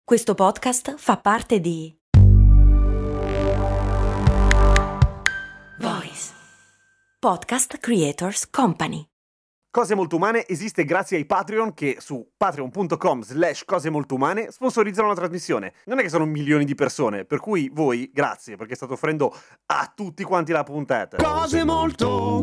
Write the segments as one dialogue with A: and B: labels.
A: Questo podcast fa parte di Voice Podcast Creators Company.
B: Cose Molto Umane esiste grazie ai Patreon che su patreon.com/cose molto umane sponsorizzano la trasmissione. Non è che sono milioni di persone, per cui voi, grazie, perché state offrendo a tutti quanti la puntata. Cose molto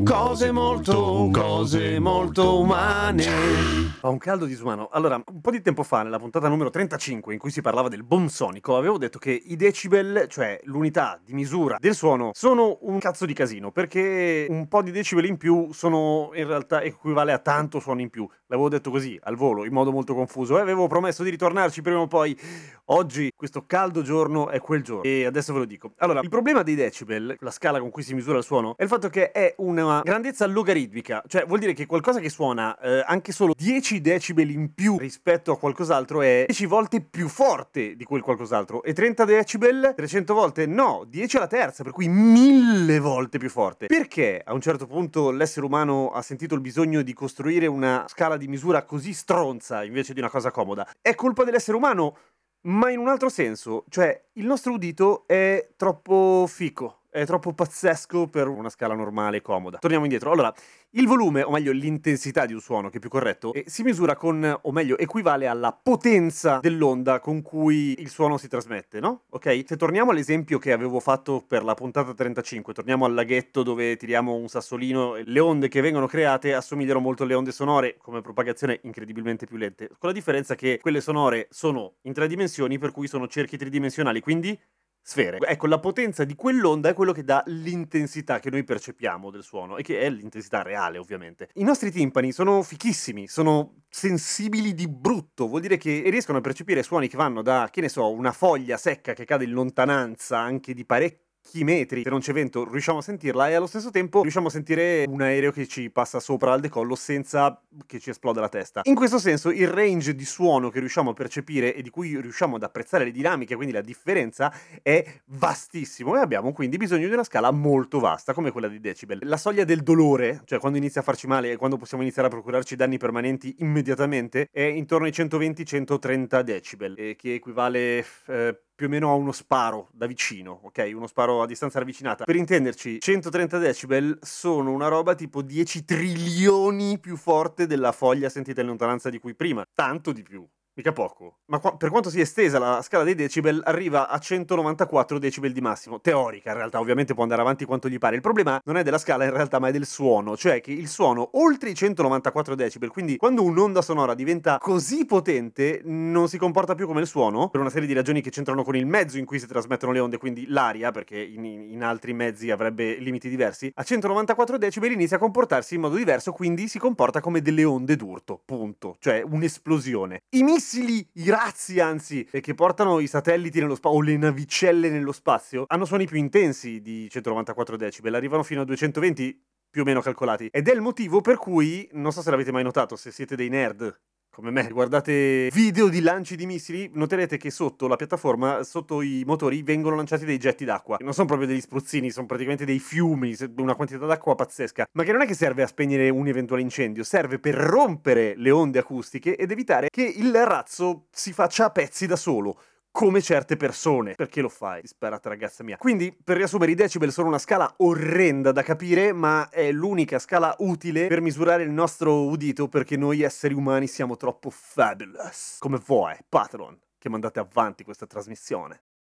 B: umane. Fa un caldo disumano. Allora, un po' di tempo fa, nella puntata numero 35, in cui si parlava del boom sonico, avevo detto che i decibel, cioè l'unità di misura del suono, sono un cazzo di casino, perché un po' di decibel in più sono in realtà equivale a tanto suono in più. L'avevo detto così, al volo, in modo molto confuso, e avevo promesso di ritornarci prima o poi. Oggi, questo caldo giorno, è quel giorno, e adesso ve lo dico. Allora, il problema dei decibel, la scala con cui si misura il suono, è il fatto che è una grandezza logaritmica, cioè vuol dire che qualcosa che suona anche solo 10 decibel in più rispetto a qualcos'altro è 10 volte più forte di quel qualcos'altro, e 30 decibel 300 volte no, 10 alla terza, per cui 1000 volte più forte. Perché a un certo punto l'essere umano ha sentito il bisogno di costruire una scala di misura così stronza invece di una cosa comoda? È colpa dell'essere umano, ma in un altro senso, cioè il nostro udito è troppo fico, è troppo pazzesco per una scala normale e comoda. Torniamo indietro. Allora, il volume, o meglio l'intensità di un suono, che è più corretto, si misura con, o meglio, equivale alla potenza dell'onda con cui il suono si trasmette, no? Ok? Se torniamo all'esempio che avevo fatto per la puntata 35, torniamo al laghetto dove tiriamo un sassolino, le onde che vengono create assomigliano molto alle onde sonore, come propagazione incredibilmente più lente, con la differenza che quelle sonore sono in tre dimensioni, per cui sono cerchi tridimensionali, quindi sfere. Ecco, la potenza di quell'onda è quello che dà l'intensità che noi percepiamo del suono, e che è l'intensità reale, ovviamente. I nostri timpani sono fichissimi, sono sensibili di brutto, vuol dire che riescono a percepire suoni che vanno da, che ne so, una foglia secca che cade in lontananza anche di parecchi metri, se non c'è vento riusciamo a sentirla, e allo stesso tempo riusciamo a sentire un aereo che ci passa sopra al decollo senza che ci esploda la testa. In questo senso il range di suono che riusciamo a percepire e di cui riusciamo ad apprezzare le dinamiche, quindi la differenza, è vastissimo, e abbiamo quindi bisogno di una scala molto vasta come quella di decibel. La soglia del dolore, cioè quando inizia a farci male e quando possiamo iniziare a procurarci danni permanenti immediatamente, è intorno ai 120-130 decibel, che equivale più o meno a uno sparo da vicino, ok? Uno sparo a distanza ravvicinata. Per intenderci, 130 decibel sono una roba tipo 10 trilioni più forte della foglia sentita in lontananza di cui prima. Tanto di più. Mica poco. Ma per quanto sia estesa la scala dei decibel, arriva a 194 decibel di massimo. Teorica, in realtà, ovviamente può andare avanti quanto gli pare. Il problema non è della scala, in realtà, ma è del suono. Cioè che il suono, oltre i 194 decibel, quindi quando un'onda sonora diventa così potente, non si comporta più come il suono, per una serie di ragioni che c'entrano con il mezzo in cui si trasmettono le onde, quindi l'aria, perché in altri mezzi avrebbe limiti diversi. A 194 decibel inizia a comportarsi in modo diverso, quindi si comporta come delle onde d'urto, punto. Cioè un'esplosione. I missili, i razzi anzi, che portano i satelliti nello spazio, o le navicelle nello spazio, hanno suoni più intensi di 194 decibel, arrivano fino a 220 più o meno calcolati, ed è il motivo per cui, non so se l'avete mai notato, se siete dei nerd come me, guardate video di lanci di missili, noterete che sotto la piattaforma, sotto i motori, vengono lanciati dei getti d'acqua. Non sono proprio degli spruzzini, sono praticamente dei fiumi, una quantità d'acqua pazzesca. Ma che non è che serve a spegnere un eventuale incendio, serve per rompere le onde acustiche ed evitare che il razzo si faccia a pezzi da solo. Come certe persone. Perché lo fai, disperata ragazza mia? Quindi, per riassumere, i decibel sono una scala orrenda da capire, ma è l'unica scala utile per misurare il nostro udito, perché noi esseri umani siamo troppo fabulous. Come voi, patron, che mandate avanti questa trasmissione.